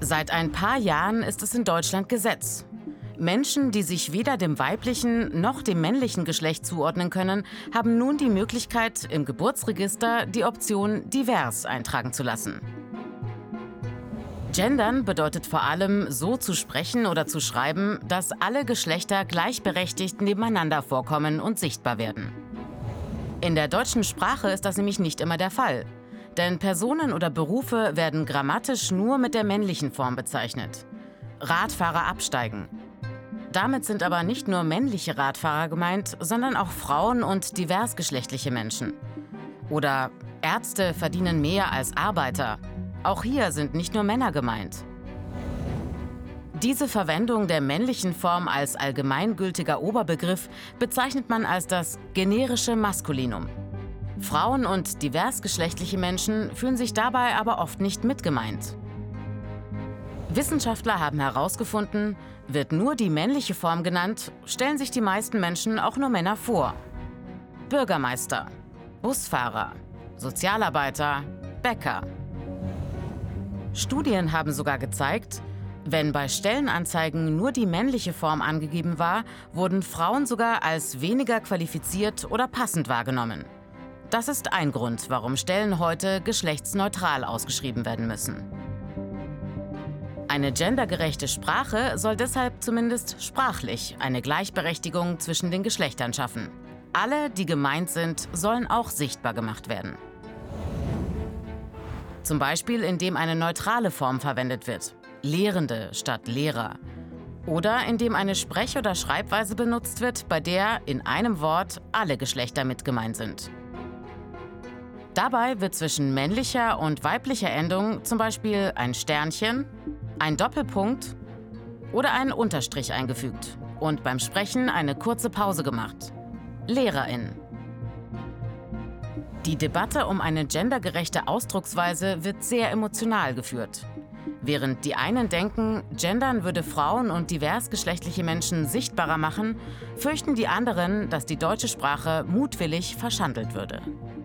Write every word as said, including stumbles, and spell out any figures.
Seit ein paar Jahren ist es in Deutschland Gesetz. Menschen, die sich weder dem weiblichen noch dem männlichen Geschlecht zuordnen können, haben nun die Möglichkeit, im Geburtsregister die Option divers eintragen zu lassen. Gendern bedeutet vor allem, so zu sprechen oder zu schreiben, dass alle Geschlechter gleichberechtigt nebeneinander vorkommen und sichtbar werden. In der deutschen Sprache ist das nämlich nicht immer der Fall. Denn Personen oder Berufe werden grammatisch nur mit der männlichen Form bezeichnet. Radfahrer absteigen. Damit sind aber nicht nur männliche Radfahrer gemeint, sondern auch Frauen und diversgeschlechtliche Menschen. Oder Ärzte verdienen mehr als Arbeiter. Auch hier sind nicht nur Männer gemeint. Diese Verwendung der männlichen Form als allgemeingültiger Oberbegriff bezeichnet man als das generische Maskulinum. Frauen und diversgeschlechtliche Menschen fühlen sich dabei aber oft nicht mitgemeint. Wissenschaftler haben herausgefunden, wird nur die männliche Form genannt, stellen sich die meisten Menschen auch nur Männer vor. Bürgermeister, Busfahrer, Sozialarbeiter, Bäcker. Studien haben sogar gezeigt, wenn bei Stellenanzeigen nur die männliche Form angegeben war, wurden Frauen sogar als weniger qualifiziert oder passend wahrgenommen. Das ist ein Grund, warum Stellen heute geschlechtsneutral ausgeschrieben werden müssen. Eine gendergerechte Sprache soll deshalb zumindest sprachlich eine Gleichberechtigung zwischen den Geschlechtern schaffen. Alle, die gemeint sind, sollen auch sichtbar gemacht werden. Zum Beispiel, indem eine neutrale Form verwendet wird, Lehrende statt Lehrer. Oder indem eine Sprech- oder Schreibweise benutzt wird, bei der in einem Wort alle Geschlechter mit gemeint sind. Dabei wird zwischen männlicher und weiblicher Endung zum Beispiel ein Sternchen, ein Doppelpunkt oder ein Unterstrich eingefügt und beim Sprechen eine kurze Pause gemacht. Lehrerin. Die Debatte um eine gendergerechte Ausdrucksweise wird sehr emotional geführt. Während die einen denken, Gendern würde Frauen und diversgeschlechtliche Menschen sichtbarer machen, fürchten die anderen, dass die deutsche Sprache mutwillig verschandelt würde.